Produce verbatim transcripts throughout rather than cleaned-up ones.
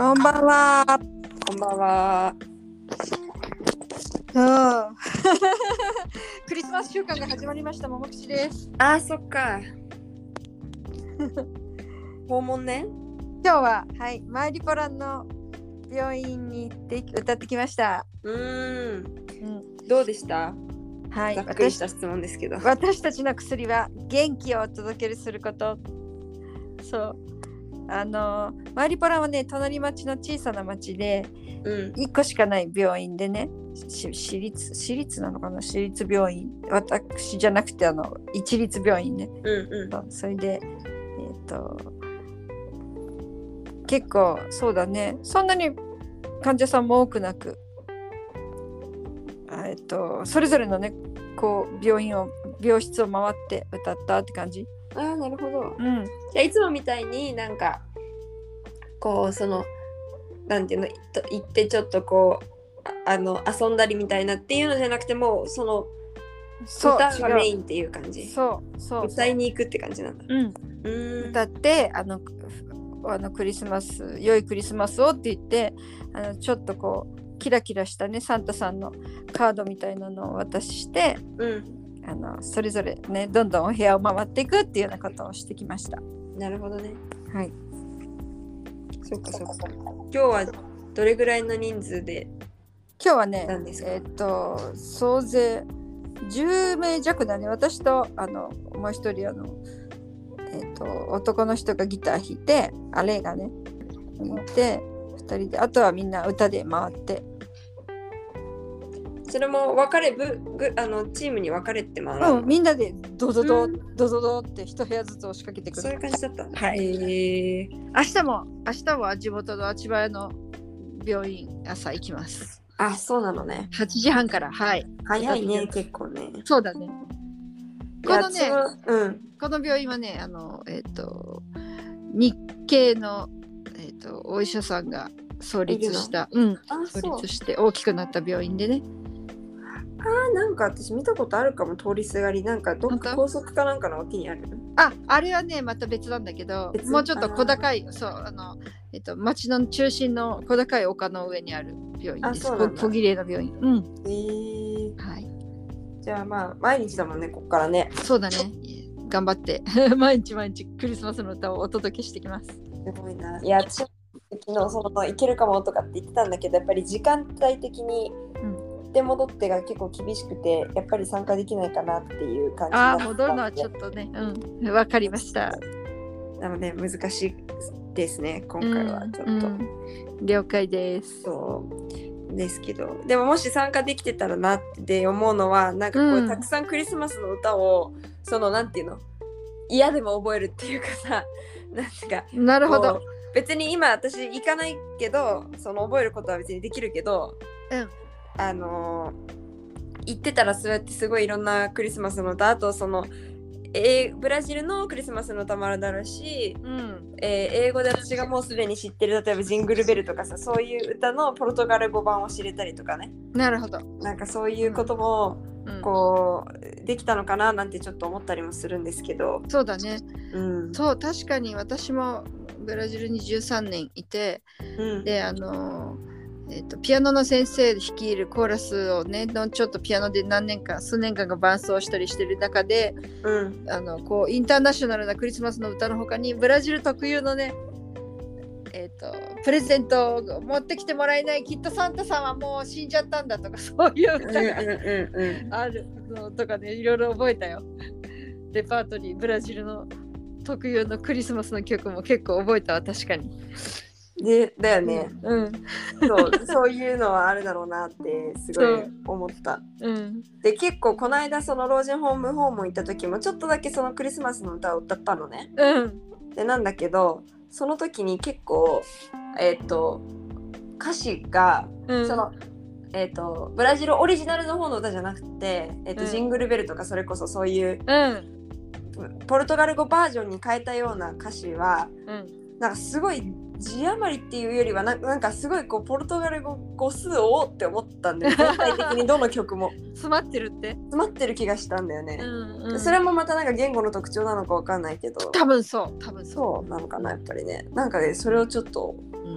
こんばんは。 こんばんは。 そうクリスマス週間が始まりました。ももくちです。 あー、そっか。訪問ね。 今日ははいマイリポランの病院に行って歌ってきました。 うーん。 うん、 どうでした？ はい。 ざっくりした質問ですけど。 私, 私たちの薬は元気をお届けすること。そう。あのマイリポランはね、隣町の小さな町で、うん、いっこしかない病院でね、私立私立なのかな、私立病院、私じゃなくてあの一律病院ね、 うんうん、 そ, それでえっ、ー、と結構そうだね、そんなに患者さんも多くなく、えっ、ー、とそれぞれのねこう病院を病室を回って歌ったって感じ。 ああ、なるほど。 うん、 じゃあいつもみたいになんかこうそのなんていうの行ってちょっとこう あ, あの遊んだりみたいなっていうのじゃなくて、もうその歌がメインっていう感じ。 そうそうそう、 歌いに行くって感じなんだ。 うん、うん歌ってあのあのクリスマス良いクリスマスをって言って、あのちょっとこうキラキラしたねサンタさんのカードみたいなのを渡して、うん、あのそれぞれねどんどんお部屋を回っていくっていうようなことをしてきました。 なるほどね。 はい。 そうかそうか。今日はどれぐらいの人数で？ 今日はね、えっと総勢じゅうめい弱だね。私とあのもう一人あの、えっと男の人がギター弾いて、あれがねいて、ふたりで、あとはみんな歌で回って。 それも分かれぶぐあのチームに分かれて回るの？ うん、みんなでドドド、うん、ドドドって一部屋ずつ押しかけてくる。 そういう感じだった。 はい。へー。明日も明日は地元の千葉屋の病院朝行きます。 あ、そうなのね。 はちじはんから。はい。 早いね、結構ね。 そうだね。このね、 うん、 この病院はね、あのえっ、ー、と日系のえっ、ー、とお医者さんが創立した、うん、創立して大きくなった病院でね。 あー、なんか私見たことあるかも、通りすがり。なんかどっか高速かなんかの脇にある。 あ、あれはねまた別なんだけど、もうちょっと小高い、そうあのえっと町の中心の小高い丘の上にある病院です。小綺麗な病院。うん。 へー。 はい。 じゃあまあ毎日だもんね、こっからね。 そうだね。頑張って毎日毎日クリスマスの歌をお届けしてきます。すごいな。いや、私昨日その行けるかもとかって言ってたんだけど、やっぱり時間帯的に。うんで戻ってが結構厳しくて、やっぱり参加できないかなっていう感じああ、戻るのはちょっとね、うん、わかりました。 なので難しいですね、今回はちょっと、うんうん、了解です。 そうですけど、でももし参加できてたらなって思うのは、なんかこう、うん、たくさんクリスマスの歌をそのなんていうの、嫌でも覚えるっていうかさ、なんかなるほど。 別に今私行かないけど、その覚えることは別にできるけど、うんあのー、行ってたらそうやってすごいいろんなクリスマスの歌、あとその、えー、ブラジルのクリスマスの歌もあるだろうし、うんえー、英語で私がもうすでに知ってる例えばジングルベルとかさ、そういう歌のポルトガル語版を知れたりとかね。 なるほど。 なんかそういうことも、うん、こうできたのかななんてちょっと思ったりもするんですけど。 そうだね、うん、そう確かに私もブラジルにじゅうさんねんいて、うん、であのーえー、とピアノの先生率いるコーラスをねのちょっとピアノで何年間数年間が伴奏したりしてる中で、うん、あのこうインターナショナルなクリスマスの歌の他にブラジル特有のね、えー、とプレゼントを持ってきてもらえない、きっとサンタさんはもう死んじゃったんだとか、そういう歌があるのとかね、いろいろ覚えたよ。レパートリーブラジルの特有のクリスマスの曲も結構覚えたわ。確かにでだよね、うん、そうそういうのはあるだろうなってすごい思った、うん、で結構この間その老人ホーム訪問行った時もちょっとだけそのクリスマスの歌を歌ったのね、うん、でなんだけどその時に結構えっ、ー、と歌詞が、うん、そのえっ、ー、とブラジルオリジナルの方の歌じゃなくて、えーとうん、ジングルベルとかそれこそそういう、うん、ポルトガル語バージョンに変えたような歌詞は、うん、なんかすごい字余りっていうよりは な, なんかすごいこうポルトガル語語数をって思ったんだよ。全体的にどの曲も詰まってるって詰まってる気がしたんだよね、うんうん、それもまたなんか言語の特徴なのかわかんないけど、 多分そう多分そうなのかなやっぱりね。なんかねそれをちょっと、うん、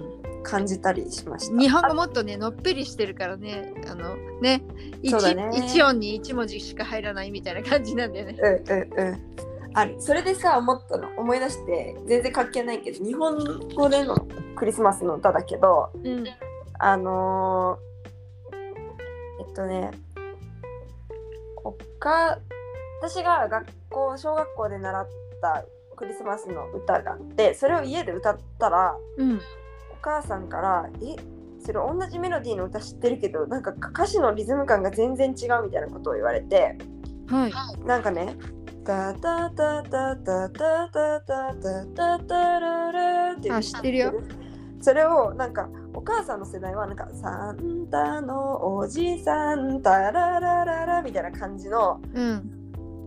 感じたりしました。 日本語もっとねのっぺりしてるからね、あのね、一、ね、一音に一文字しか入らないみたいな感じなんだよね。 うんうんうん。ある。それでさ思ったの思い出して全然関係ないけど日本語でのクリスマスの歌だけど、うん、あのー、えっとねおか私が学校小学校で習ったクリスマスの歌があってそれを家で歌ったら、うん、お母さんからえそれ同じメロディーの歌知ってるけどなんか歌詞のリズム感が全然違うみたいなことを言われて、はい、なんかねタタタタタタタタタタタララってあ知ってるよ。 それをなんかお母さんの世代はなんかサンタのおじさんタララララみたいな感じの、うん、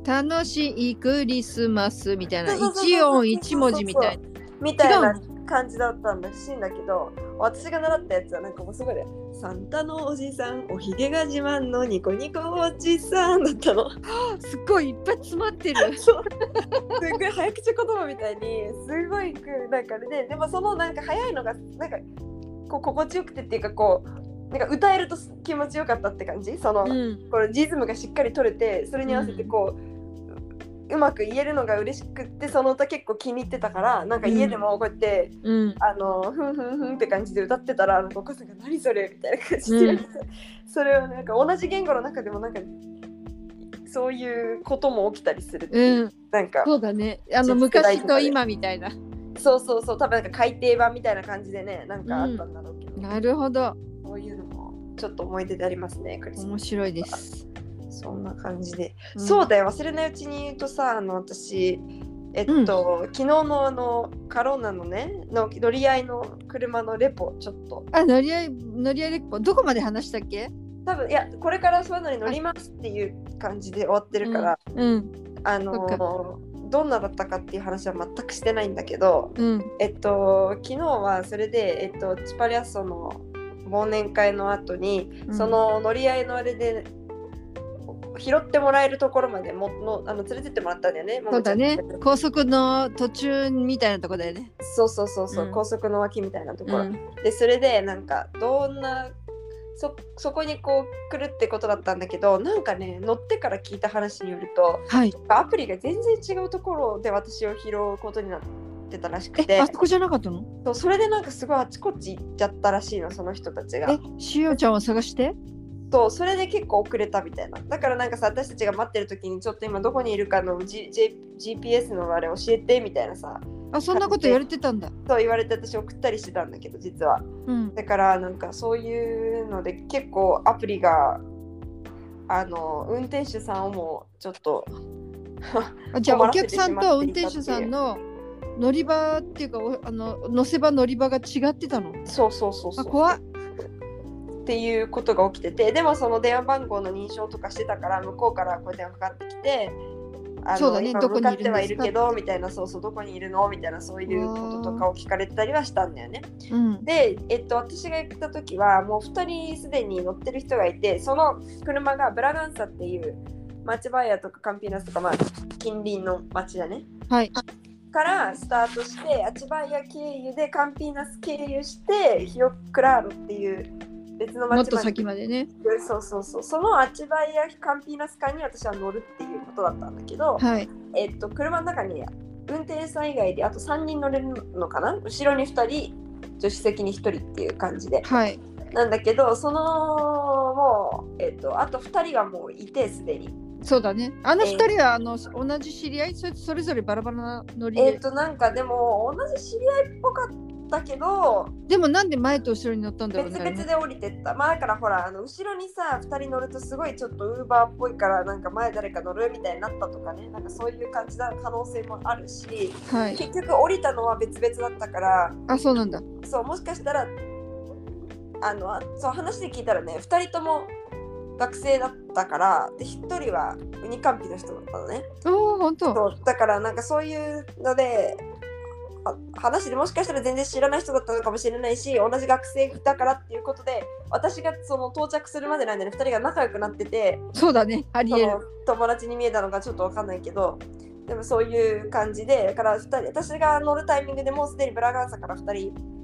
楽しいクリスマスみたいな一音一文字みたいなみたいな感じだったんだしいんだけど私が習ったやつはなんかもうすごいねサンタのおじさんおひげが自慢のニコニコおじさんだったのすっごいいっぱい詰まってるそうすごい早口言葉みたいにすごいなんかねでもそのなんか早いのがなんかこう心地よくてっていうかこうなんか歌えると気持ちよかったって感じその、うん、これリズムがしっかり取れてそれに合わせてこう、うんうまく言えるのが嬉しくってその歌結構気に入ってたからなんか家でもこうやって、うん、あのふんふんふんって感じで歌ってたらなんかお母さんが何それみたいな感じで、うん、それはなんか同じ言語の中でもなんかそういうことも起きたりするっていう、うん、なんかそうだねあの昔と今みたいなそうそうそう多分なんか改訂版みたいな感じでねなんかあったんだろうけど、 うん、なるほどそういうのもちょっと思い出でありますねクリスマス面白いですそんな感じで、うん、そうだよ忘れないうちに言うとさあの私えっと、うん、昨日のあのカローナのねの乗り合いの車のレポちょっとあ乗り合い乗り合いレポどこまで話したっけ多分いやこれからそういうのに乗りますっていう感じで終わってるから、うんうん、あのどんなだったかっていう話は全くしてないんだけど、うん、えっと昨日はそれで、えっと、チパリアッソの忘年会の後に、その乗り合いのあれで拾ってもらえるところまでものあの連れてってもらったんだよね。 そうだね。高速の途中みたいなところだよね。 そうそうそうそう、うん、高速の脇みたいなところ、うん、でそれでなんかどんな そ, そこにこう来るってことだったんだけどなんかね乗ってから聞いた話によると、はい、アプリが全然違うところで私を拾うことになってたらしくて。 えあそこじゃなかったの？ そうそれでなんかすごいあちこち行っちゃったらしいのその人たちが。 えしおちゃんを探してそうそれで結構遅れたみたいな。だからなんかさ私たちが待ってる時にちょっと今どこにいるかの、G J、ジーピーエス のあれ教えてみたいなさあそんなこと言われてたんだ。 そう言われて私送ったりしてたんだけど実は、うん、だからなんかそういうので結構アプリがあの運転手さんをもちょっとあじゃあお客さんと運転手さんの乗り場っていうかあの乗せ場乗り場が違ってたの？ そうそうそうそう。 あ怖っっていうことが起きててでもその電話番号の認証とかしてたから向こうからこう電話かかってきてあのそうだね、今向かってはいるけどみたいなそうそうどこにいるのみたいなそういうこととかを聞かれたりはしたんだよね、うん、で、えっと、私が行った時はもうふたりすでに乗ってる人がいてその車がブラガンサっていうマチバイアとかカンピナスとか、まあ、近隣の町だね、はい、からスタートしてアチバイア経由でカンピナス経由してヒオクラーロっていう別の町までもっと先までね。 そうそうそう。そのアチバイアカンピーナス間に私は乗るっていうことだったんだけど、はい、えっと車の中に運転手さん以外であとさんにん乗れるのかな。後ろにふたり、助手席にひとりっていう感じで。はい、なんだけど、そのもうえっとあとふたりがもういてすでに。 そうだね。あのふたりは、えー、あの同じ知り合い、それそれぞれバラバラな乗りで。 えっとなんかでも同じ知り合いっぽかった。だけどでもなんで前と後ろに乗ったんだろうね。 別々で降りてった。まあだからほらあの後ろにさふたり乗るとすごいちょっとウーバーっぽいからなんか前誰か乗るみたいになったとかねなんかそういう感じな可能性もあるし、はい、結局降りたのは別々だったからあそうなんだ。 そうもしかしたらあのそう話で聞いたらねふたりとも学生だったからでひとりはウニカンピの人だったのね。 おーほんと。 そうだからなんかそういうので話でもしかしたら全然知らない人だったのかもしれないし同じ学生だからっていうことで私がその到着するまでの間にふたりが仲良くなっててそうだねありえる友達に見えたのかちょっと分かんないけどでもそういう感じでだからふたり私が乗るタイミングでもうすでにブラガンサからふたり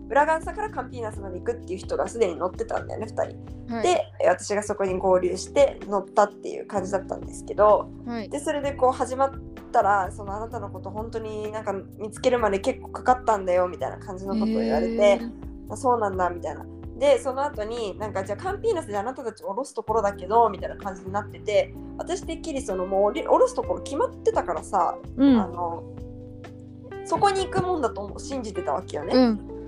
ブラガンサからカンピーナスまで行くっていう人がすでに乗ってたんだよねふたり、はい、で私がそこに合流して乗ったっていう感じだったんですけど、はい、でそれでこう始まったらそのあなたのこと本当になんか見つけるまで結構かかったんだよみたいな感じのことを言われて、あそうなんだみたいな。でその後になんかじゃあカンピーナスであなたたち降ろすところだけどみたいな感じになってて、私てっきりそのもう降ろすところ決まってたからさ、うん、あのそこに行くもんだと信じてたわけよね、うん、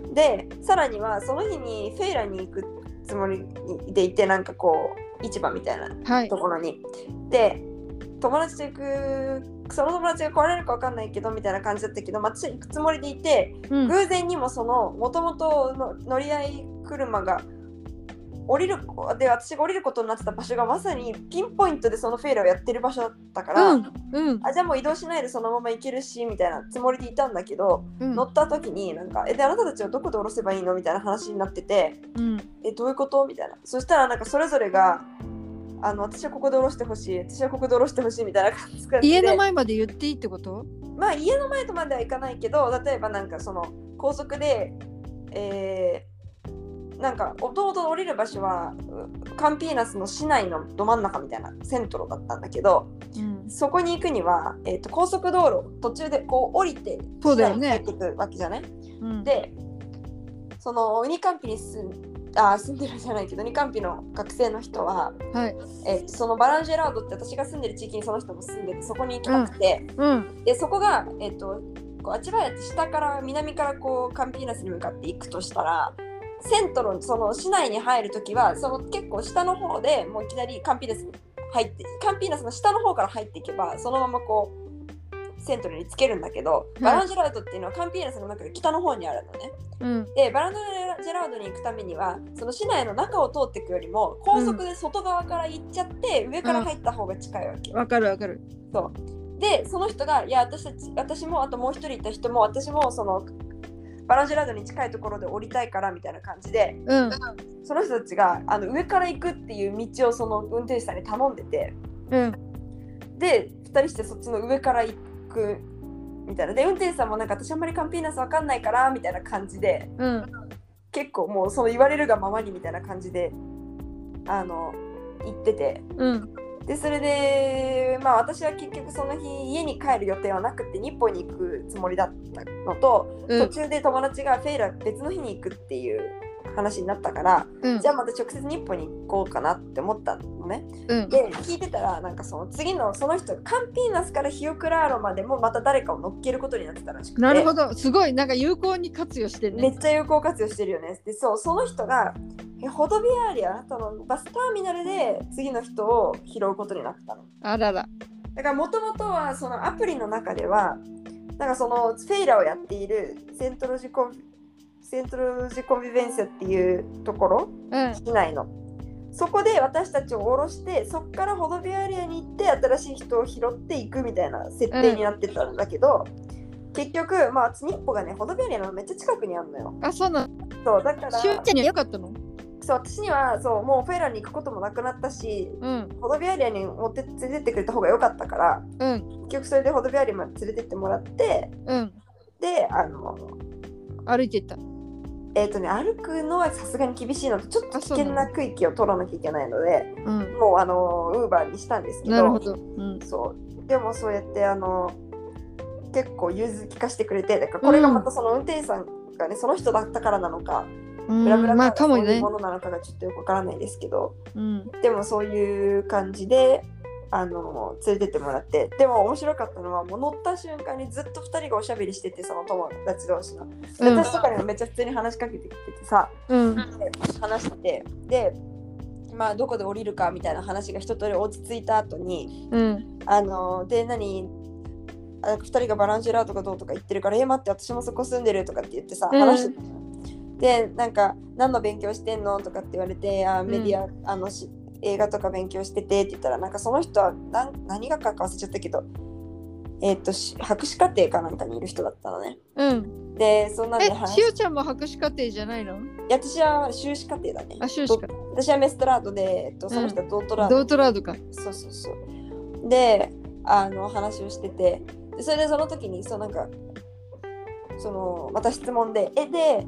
でさらにはその日にフェイラに行くつもりでいて、なんかこう市場みたいなところに、はい、で友達と行くその友達が来られるか分かんないけどみたいな感じだったけど、私は行くつもりでいて、うん、偶然にもそのもともとの乗り合い車が降りるで私が降りることになってた場所がまさにピンポイントでそのフェイラをやってる場所だったから、うんうん、あじゃあもう移動しないでそのまま行けるしみたいなつもりでいたんだけど、うん、乗った時になんかえであなたたちはどこで降ろせばいいのみたいな話になってて、うん、えどういうことみたいな。そしたらなんかそれぞれがあの私はここで降ろしてほしい私はここで降ろしてほしいみたいな感じで、 家の前まで言っていいってこと？ まあ家の前とまではいかないけど、例えばなんかその高速でえーなんか弟降りる場所はカンピーナスの市内のど真ん中みたいなセントロだったんだけど、うん、そこに行くには、えーと、高速道路途中でこう降りて市内に入っていくわけじゃない、うん、でそのウニカンピに住んあ住んでるじゃないけどウニカンピの学生の人は、はいえー、そのバランジェラードって私が住んでる地域にその人も住んでてそこに行きたくて、うんうん、でそこが、えーと、こうあちらやって下から南からこうカンピーナスに向かって行くとしたらセントロその市内に入るときはその結構下の方でもういきなりカンピーナスに入ってカンピーナスの下の方から入っていけばそのままこうセントロにつけるんだけど、はい、バランジェラードっていうのはカンピーナスの中で北の方にあるのね、うん、でバランジェラードに行くためにはその市内の中を通っていくよりも高速で外側から行っちゃって、うん、上から入った方が近いわけ。 わかるわかる。 そうでその人がいや私たち私もあともう一人いた人も私もそのバランジェラードに近いところで降りたいからみたいな感じで、うん、その人たちがあの上から行くっていう道をその運転手さんに頼んでて、うん、でふたりしてそっちの上から行くみたいなで運転手さんもなんか私あんまりカンピーナスわかんないからみたいな感じで、うん、結構もうその言われるがままにみたいな感じであの言ってて、うんでそれでまあ私は結局その日家に帰る予定はなくて日本に行くつもりだったのと、うん、途中で友達がフェイラ別の日に行くっていう話になったから、うん、じゃあまた直接日本に行こうかなって思ったのね、うん、で聞いてたらなんかその次のその人カンピーナスからヒオクラーロまでもまた誰かを乗っけることになってたらしくて。 なるほどすごいなんか有効に活用してるね。 めっちゃ有効活用してるよね。でそうその人がホドビアーリあなたのバスターミナルで次の人を拾うことになったの。 あらら。 だからもともとはそのアプリの中ではなんかそのフェイラをやっているセントロジコンセントロジコンビベンセっていうところ、うん、市内のそこで私たちを降ろしてそこからホドビアーリアに行って新しい人を拾っていくみたいな設定になってたんだけど、うん、結局まあ日本がねホドビアーリアのめっちゃ近くにあるのよ。 あそうなの。 そうだからしゅうちゃんには良かったの。 そう私にはそうもうフェイラに行くこともなくなったし、うん、ホドビアリアに持って連れてってくれた方が良かったから、うん、結局それでホドビアリアまで連れてってもらって、うん、であの歩いていったえっ、ー、とね歩くのはさすがに厳しいのでちょっと危険な区域を取らなきゃいけないので、うん、もうあのウーバーにしたんですけど、 なるほど、うん、 そうでもそうやってあの結構融通聞かせてくれてだからこれがまたその運転手さんがねその人だったからなのかブラブラがそういうものなのかがちょっとよくわからないですけど、うん、でもそういう感じであの連れてってもらってでも面白かったのはもう乗った瞬間にずっとふたりがおしゃべりしててその友達同士の、うん、私とかにもめっちゃ普通に話しかけてきててさ、うん、で話しててでまあどこで降りるかみたいな話が一通り落ち着いた後に、うん、あので何ふたりがバランジェラーとかどうとか言ってるからえ待って私もそこ住んでるとかって言ってさ話してた、うんでなんか何の勉強してんのとかって言われてあメディア、うん、あのし映画とか勉強しててって言ったらなんかその人は何, 何学科か忘れちゃったけどえっ、ー、と博士課程かなんかにいる人だったのね。うんでそんなんで話しおちゃんも博士課程じゃないの？いや私は修士課程だね。 あ修士課程私はメストラードで、えっと、その人はドートラード、 うん、ドートラードか。 そうそうそうであの話をしててでそれでその時にそうなんかそのまた質問でえで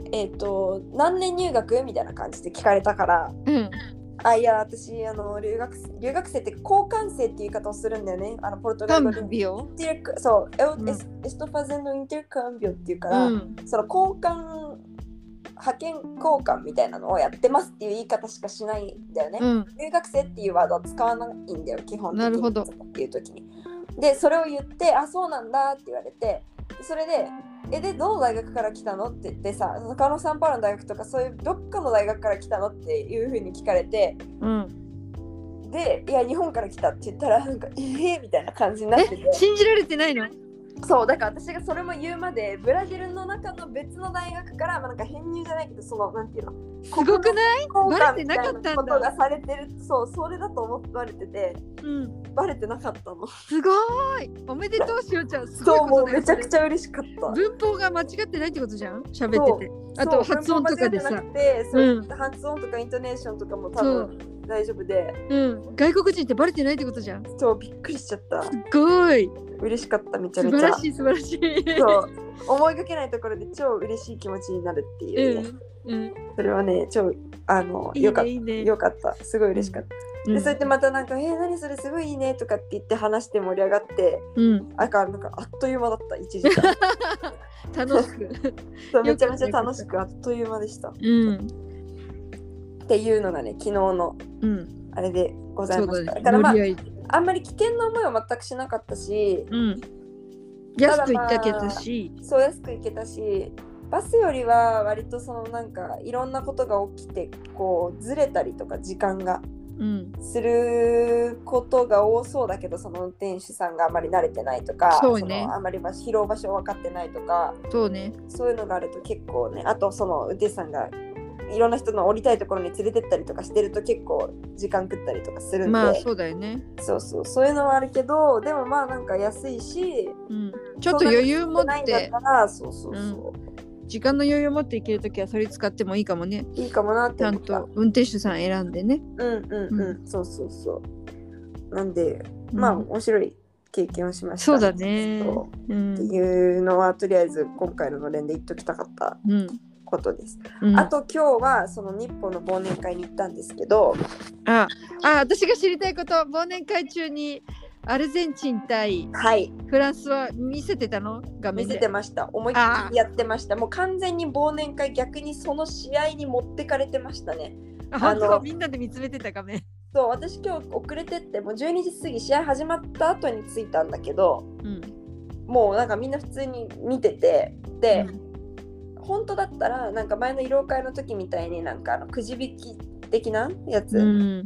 えっ、ー、と何年入学みたいな感じで聞かれたから、 うん、 あいや私あの留学留学生って交換生っていう言い方をするんだよね。あのポルトガル語でそうエ、うん、エストファゼンドインテルカンビオっていうから、うん、その交換派遣交換みたいなのをやってますっていう言い方しかしないんだよね、うん、留学生っていうワードは使わないんだよ基本的に。 なるほどっていう時にでそれを言ってあそうなんだって言われて、それでえでどの大学から来たのって言ってさ、他のサンパウロの大学とかそういうどっかの大学から来たのっていう風に聞かれて、 うん、 でいや日本から来たって言ったらなんかえーみたいな感じになってて、 え信じられてないの？ そうだから私がそれも言うまでブラジルの中の別の大学から、まあ、なんか編入じゃないけどそのなんていうのすごくない？バレてなかったんだ。 ことがされてる、そうそれだと思われてて、うん、バレてなかったの。 すごいおめでとうしおちゃん。すごいことだよ。そうもうめちゃくちゃ嬉しかった。 文法が間違ってないってことじゃん喋ってて。あと発音とかでさ、 そう、うん、発音とかイントネーションとかも多分大丈夫で、 うん、外国人ってバレてないってことじゃん。 そうびっくりしちゃった。 すごい嬉しかっためちゃめちゃ。 素晴らしい素晴らしい。 そう思いがけないところで超嬉しい気持ちになるっていう、ねうんうん、 それはね超あのいいねよかったいいねよかったすごい嬉しかった。うん、でそうやってまたなんかえー、何それすごいいいねとかって言って話して盛り上がって、うん、あかなんかあっという間だったいちじかん。 楽しくそうめちゃめちゃ楽しくあっという間でした。うん、っていうのがね昨日の、うん、あれでございました。だからまああんまり危険な思いは全くしなかったし、うん、 安く行ったけたし、 まあ、そう安く行けたし、バスよりは割とそのなんかいろんなことが起きてこうずれたりとか時間がすることが多そうだけど、その運転手さんがあまり慣れてないとか、 そうね、 そのあまり疲労場所分かってないとか、 そうね、 そういうのがあると結構ね、あとその運転手さんがいろんな人の降りたいところに連れてったりとかしてると結構時間食ったりとかするんで、 まあそうだよね。 そうそうそういうのはあるけど、でもまあなんか安いし、 うん、ちょっと余裕持ってないんだったら、そうそうそう、うん、 時間の余裕持って行けるときはそれ使ってもいいかもね。 いいかもなって思った。 ちゃんと運転手さん選んでね。 うんうんうん、うん、そうそうそう。なんでまあ面白い経験をしました。 そうだね。 そう、うん、っていうのはとりあえず今回ののれんで言っときたかった。うんことです、うん、あと今日はその日本の忘年会に行ったんですけど、 ああ私が知りたいこと、忘年会中にアルゼンチン対フランスは見せてたの？画面で見せてました。思いっきりやってました。もう完全に忘年会逆にその試合に持ってかれてましたね。 あのみんなで見つめてた画面。 そう私今日遅れてってもうじゅうにじ過ぎ試合始まった後に着いたんだけど、うん、もうなんかみんな普通に見ててで、うん本当だったらなんか前の慰労会の時みたいになんかあのくじ引き的なやつ、うん、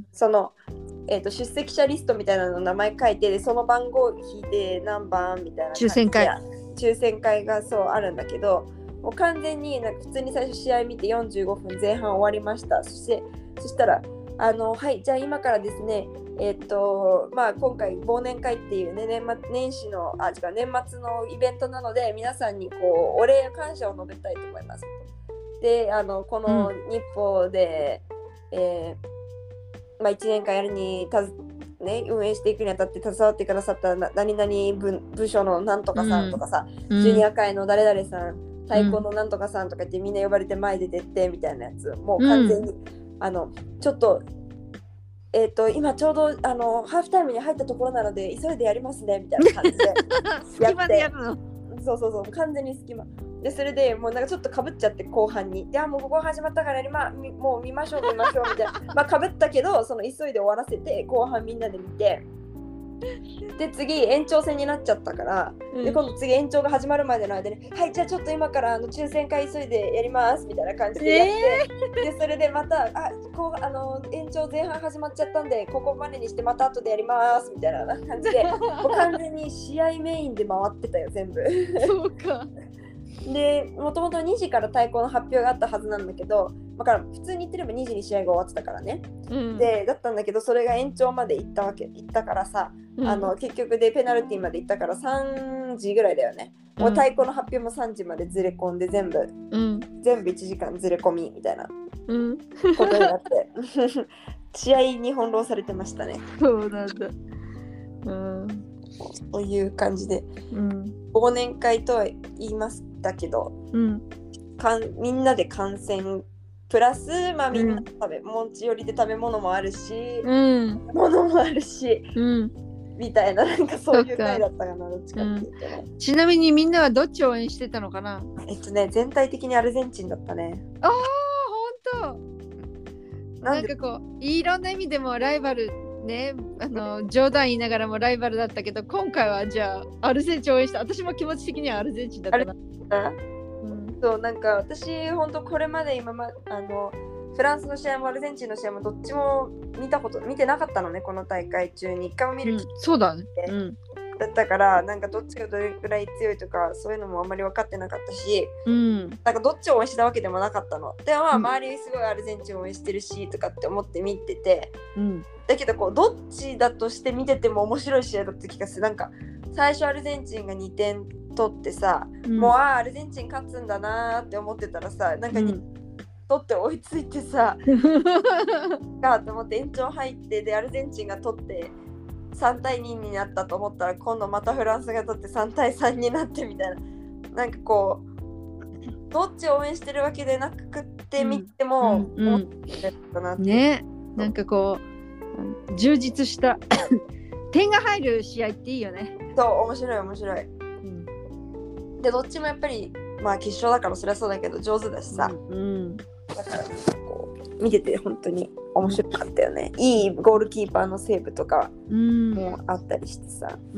その、えーと、出席者リストみたいなの名前書いてでその番号引いて何番みたいな抽選会抽選会がそうあるんだけど、もう完全になんか普通に最初試合見てよんじゅうごふん前半終わりました。そしてそしたらあのはいじゃあ今からですねえっとまあ今回忘年会っていうね 年, 末年始のあ違う年末のイベントなので皆さんにこうお礼や感謝を述べたいと思います。であのこの日報で、うんえーまあ、いちねんかんやるにたず、ね、運営していくにあたって携わってくださった何々 部, 部署のなんとかさんとかさ、うん、ジュニア会の誰々さん太鼓のなんとかさんとか言ってみんな呼ばれて前で出てみたいなやつもう完全に、うん、あのちょっとえー、と今ちょうどあのハーフタイムに入ったところなので急いでやりますねみたいな感じでやってやるのそうそうそう完全に隙間でそれでもうなんかちょっとかぶっちゃって後半にいやもうここ始まったからやり、ま、もう見ましょう見ましょうみたいなまあかぶったけどその急いで終わらせて後半みんなで見てで次延長戦になっちゃったから、うん、で今度次延長が始まるまでの間にはいじゃあちょっと今からあの抽選会急いでやりますみたいな感じでやって、えー、でそれでまたあこうあの延長前半始まっちゃったんでここまでにしてまた後でやりますみたいな感じでもう完全に試合メインで回ってたよ全部そうかでもともとにじから対抗の発表があったはずなんだけど、だから普通に言ってればにじに試合が終わってたからね、うん、でだったんだけどそれが延長まで行ったわけ行ったからさ、うん、あの結局でペナルティまで行ったからさんじぐらいだよね、うん、もう対抗の発表もさんじまでずれ込んで全部、うん、全部いちじかんずれ込みみたいなことになって試合に翻弄されてましたね。 そうなんだ、うんという感じで、うん、忘年会とは言いますだけど、うん、 かんみんなで観戦プラス、まあ、みんな食べ、うん、持ち寄りで食べ物もあるし、うん、物もあるし、うん、みたいな、なんかそういう回だったかな、どっちかっていうとね、 うん、ちなみにみんなはどっちを応援してたのかな。 えっとね全体的にアルゼンチンだったね。 ああほんとなんかこういろんな意味でもライバルね、あの冗談言いながらもライバルだったけど、今回はじゃあアルゼンチン応援した。私も気持ち的にはアルゼンチンだったな。 うん、そうなんか私本当これまで今まあのフランスの試合もアルゼンチンの試合もどっちも見たこと見てなかったのね、この大会中に一回も見る機会、 うん、そうだね、うん、 だったからなんかどっちがどれくらい強いとかそういうのもあんまり分かってなかったし、うん、なんかどっちを応援したわけでもなかったので、まあ、周りすごいアルゼンチンを応援してるしとかって思って見てて、うん、だけどこうどっちだとして見てても面白い試合だった気がする。なんか最初アルゼンチンがにてん取ってさ、うん、もうああアルゼンチン勝つんだなって思ってたらさ、なんかに、うん、取って追いついてさかと思って延長入ってでアルゼンチンが取ってさんたいにになったと思ったら今度またフランスが取ってさんたいさんになってみたいな、なんかこうどっちを応援してるわけでなくって見ても、うんうんうん、ね、なんかこう充実した点が入る試合っていいよね。 そう面白い面白い、うん、でどっちもやっぱりまあ決勝だからそりゃそうだけど上手だしさ、うんうん、だからこう見てて本当に面白かったよね。いいゴールキーパーのセーブとかもあったりしてさ、うん、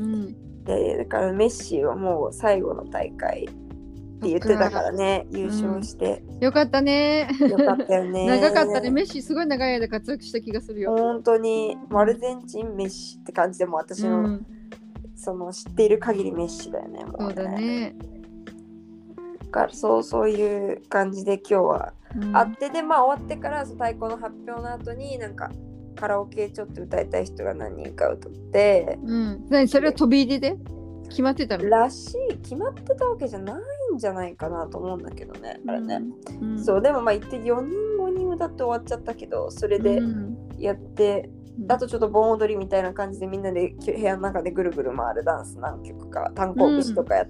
でだからメッシはもう最後の大会って言ってたからね、優勝して、 うん、よかったね。 よかったよね。 長かったね。メッシすごい長い間活躍した気がするよ。 本当にアルゼンチンメッシって感じでも私の、うん、その知っている限りメッシだよね。もうね、そうだね。だからそうそういう感じで今日はあって、うん、でまあ終わってから太鼓の発表の後になんかカラオケちょっと歌いたい人が何人か歌って、 うん、何それは飛び入りで決まってたのらしい。決まってたわけじゃないんじゃないかなと思うんだけどね、あれね、うん、そうでもまあ言ってよにんごにん歌って終わっちゃったけど、それでやって、うん、あとちょっと盆踊りみたいな感じでみんなで部屋の中でぐるぐる回るダンス何曲か炭鉱節とかやって、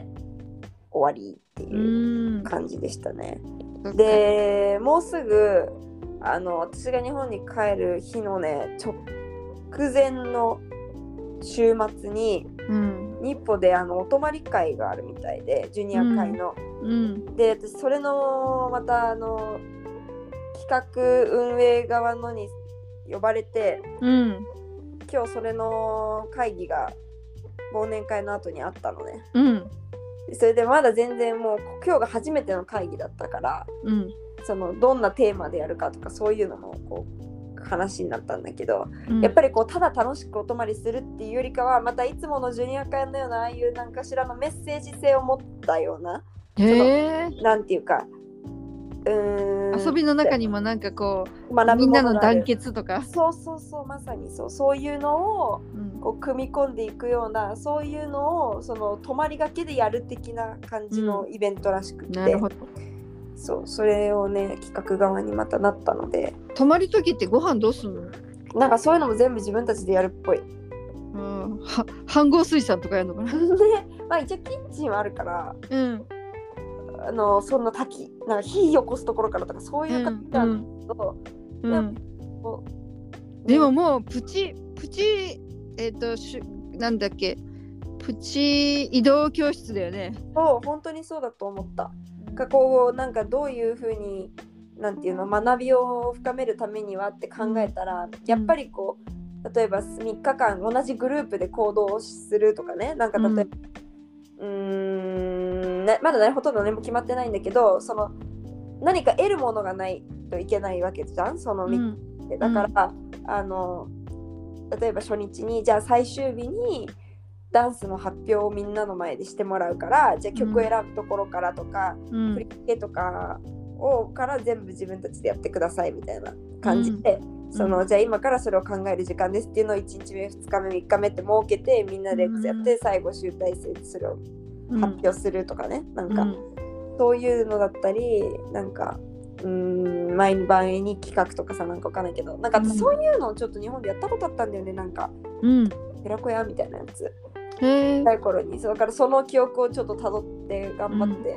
うん終わりっていう感じでしたね。でもうすぐあの私が日本に帰る日のね直前の週末に、うん、日歩であのお泊まり会があるみたいでジュニア会の、うんうん、で私それのまたあの企画運営側のに呼ばれて、うん、今日それの会議が忘年会の後にあったのね、うんそれでまだ全然もう今日が初めての会議だったから、うん、そのどんなテーマでやるかとかそういうのもこう話になったんだけど、うん、やっぱりこうただ楽しくお泊まりするっていうよりかはまたいつものジュニア会のようなああいう何かしらのメッセージ性を持ったようなへそのなんていうかうーん遊びの中にもなんかこうみんなの団結とかそうそうそうまさにそうそういうのを、うんこう組み込んでいくようなそういうのをその泊まりがけでやる的な感じのイベントらしくて、うん、なるほどそうそれをね企画側にまたなったので泊まり時ってご飯どうするの？ なんかそういうのも全部自分たちでやるっぽい、 うん、は飯盒水産とかやるのかなねまあ一応キッチンはあるから、うん、あのそんな炊きなんか火起こすところからとかそういう感じなんだけど、うんうんうん、でももうプチプチえっ、ー、としなんだっけプチ移動教室だよね。 そう本当にそうだと思った。かこうなんかどういう風になんていうの学びを深めるためにはって考えたら、うん、やっぱりこう例えばみっかかん同じグループで行動するとかねなんか例えば、うん、うーんなまだねほとんど何も決まってないんだけどその何か得るものがないといけないわけじゃんそのみっかで、うん、だから、うん、あの例えば初日にじゃあ最終日にダンスの発表をみんなの前でしてもらうからじゃあ曲選ぶところからとか、うん、振り付けとかをから全部自分たちでやってくださいみたいな感じで、うん、そのじゃあ今からそれを考える時間ですっていうのをいちにちめふつかめみっかめって設けてみんなでやって最後集大成でそれを発表するとかね、うん、なんか、うん、そういうのだったりなんかうーん毎晩に企画とかさなんかわかんないけどなんかそういうのをちょっと日本でやったことあったんだよねなんか、うん、寺子屋みたいなやつ小さい頃にそうだからその記憶をちょっと辿って頑張って、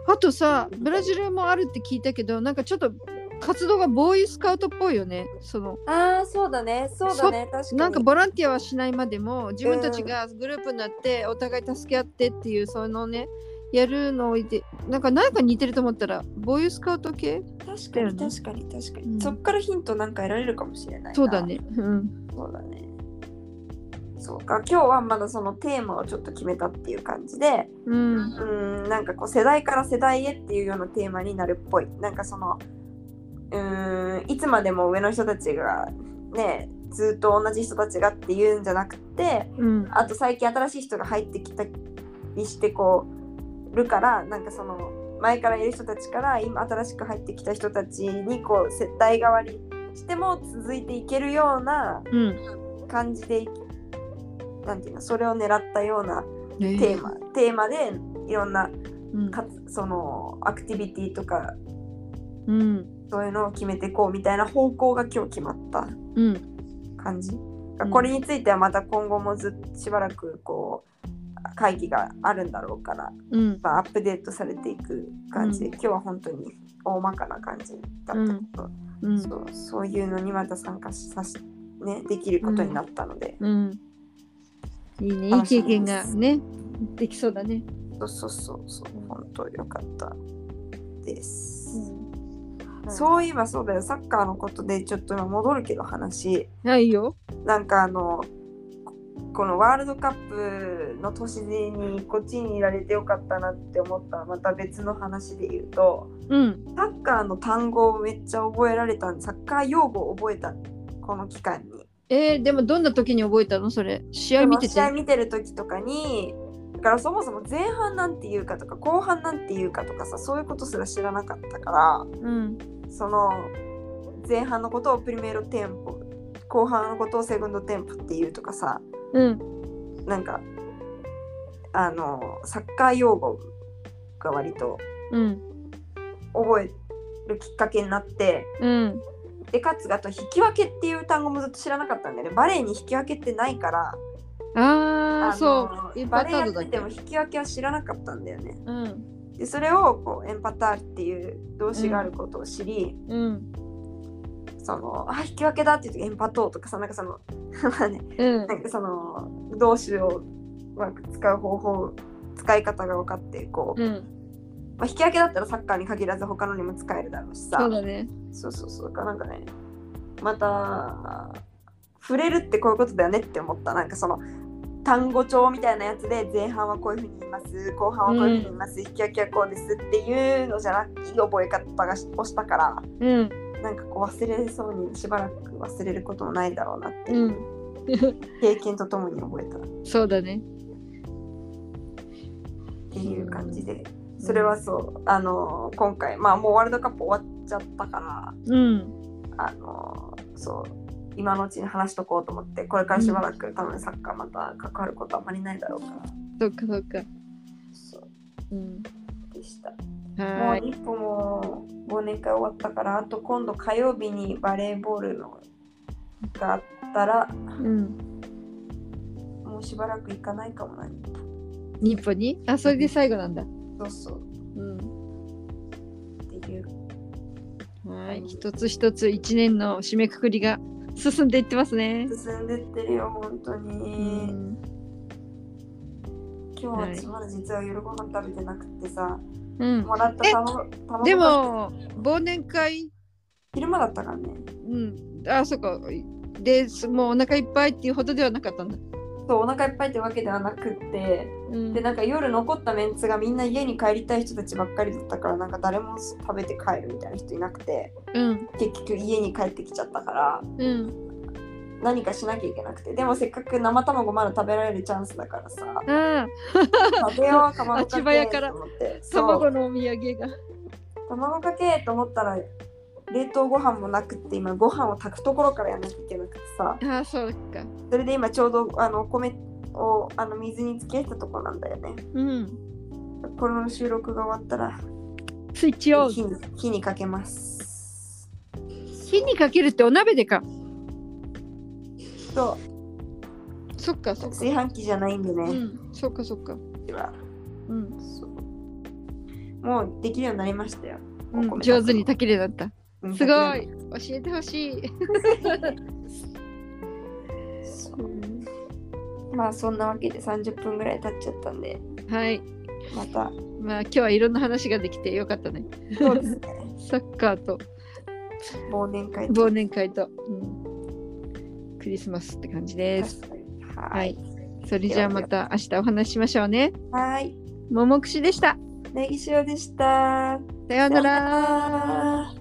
あとさブラジルもあるって聞いたけどなんかちょっと活動がボーイスカウトっぽいよね。そのああそうだねそうだね確かに。 なんかボランティアはしないまでも自分たちがグループになってお互い助け合ってっていう、うん、そのねやるのをいてなんか何か似てると思ったらボーイスカウト系確かに、ね、確かに確かに、うん、そっからヒントなんか得られるかもしれないな。 そうだねうんそうだね。そうか今日はまだそのテーマをちょっと決めたっていう感じで、うん、うんなんかこう世代から世代へっていうようなテーマになるっぽい。なんかそのうーんいつまでも上の人たちがねずっと同じ人たちがっていうんじゃなくて、うん、あと最近新しい人が入ってきたりしてこうるからなんかその前からいる人たちから今新しく入ってきた人たちにこう世代替わりしても続いていけるような感じで、うん、なんていうのそれを狙ったようなテーマ、えー、テーマでいろんな、うん、かそのアクティビティとか、うん、そういうのを決めていこうみたいな方向が今日決まった感じ、うん、これについてはまた今後もずっとしばらくこう会議があるんだろうから、うんまあ、アップデートされていく感じで、うん、今日は本当に大まかな感じだったけど、うん、そう、そういうのにまた参加さし、ね、できることになったので、 うんうん、いいねいい経験がねできそうだね。 そうそうそうそう本当よかったです、うん、そういえばそうだよサッカーのことでちょっと今戻るけど話ないよ。 なんかあのこのワールドカップの年にこっちにいられてよかったなって思ったまた別の話で言うと、うん、サッカーの単語をめっちゃ覚えられたサッカー用語を覚えたこの期間に。 えー、でもどんな時に覚えたのそれ試合見てて。 試合見てる時とかにだからそもそも前半なんて言うかとか後半なんて言うかとかさそういうことすら知らなかったから、うん、その前半のことをプリメロテンポ後半のことをセグンドテンポっていうとかさ、うん、なんかあのサッカー用語が割と覚えるきっかけになって、うん、でかつあと引き分けっていう単語もずっと知らなかったんだよね。バレーに引き分けってないからああそうバレーやってても引き分けは知らなかったんだよね、うん、でそれをこうエンパタールっていう動詞があることを知り、うんうんそのあ引き分けだっていう時エンパトーとかさなんかそのね、うん、なんかその動詞をうまく使う方法使い方が分かってこう、うんまあ、引き分けだったらサッカーに限らず他のにも使えるだろうしさそうだねそうそうそうかなんかねまた触れるってこういうことだよねって思ったなんかその単語帳みたいなやつで前半はこういうふうに言います後半はこういうふうに言います、うん、引き分けはこうですっていうのじゃなくいい覚え方がをしたから、うんなんかこう忘れそうにしばらく忘れることもないだろうなっていう、うん、経験とともに覚えたそうだねっていう感じで、うん、それはそうあの今回まあもうワールドカップ終わっちゃったから、うん、あのそう今のうちに話しとこうと思ってこれからしばらく、うん、多分サッカーまた関わることあまりないだろうからそっかそっかそう、うん、でしたもう一歩も忘年会終わったからあと今度火曜日にバレーボールのがあったら、うん、もうしばらく行かないかもな日本にあそれで最後なんだそうそう、うん、っていうはい一つ一つ一年の締めくくりが進んでいってますね進んでいってるよ本当に、うん、今日は私まだ実は夜ご飯食べてなくてさうん、もらった卵でも忘年会昼間だったからねうんあそこでもうお腹いっぱいっていうほどではなかったんだそうお腹いっぱいってわけではなくって、うん、でなんか夜残ったメンツがみんな家に帰りたい人たちばっかりだったからなんか誰も食べて帰るみたいな人いなくて、うん、結局家に帰ってきちゃったから、うん何かしなきゃいけなくてでもせっかく生卵まだ食べられるチャンスだからさ、うん、食べよう卵かけと思って卵のお土産が卵かけと思ったら冷凍ご飯もなくって今ご飯を炊くところからやらなきゃいけなくてさあそうかそれで今ちょうどあのお米をあの水につけたところなんだよねうんこの収録が終わったらスイッチオン火に、火にかけます火にかけるってお鍋でかそうそっかそっか炊飯器じゃないんでね、 うん、そっかそっかうんそうもうできるようになりましたよ。 うん、上手に炊けるようになった。うん、すごい。教えてほしい。 まあそんなわけでさんじゅっぷんぐらい経っちゃったんで、 はい。 また。 まあ今日はいろんな話ができてよかったね。 そうですね。 サッカーと忘年会と忘年会と、うん、クリスマスって感じです。はい。はい、それじゃあまた明日お話ししましょうね。 はい。 ももくしでした。 ねぎしおでした。 さようなら。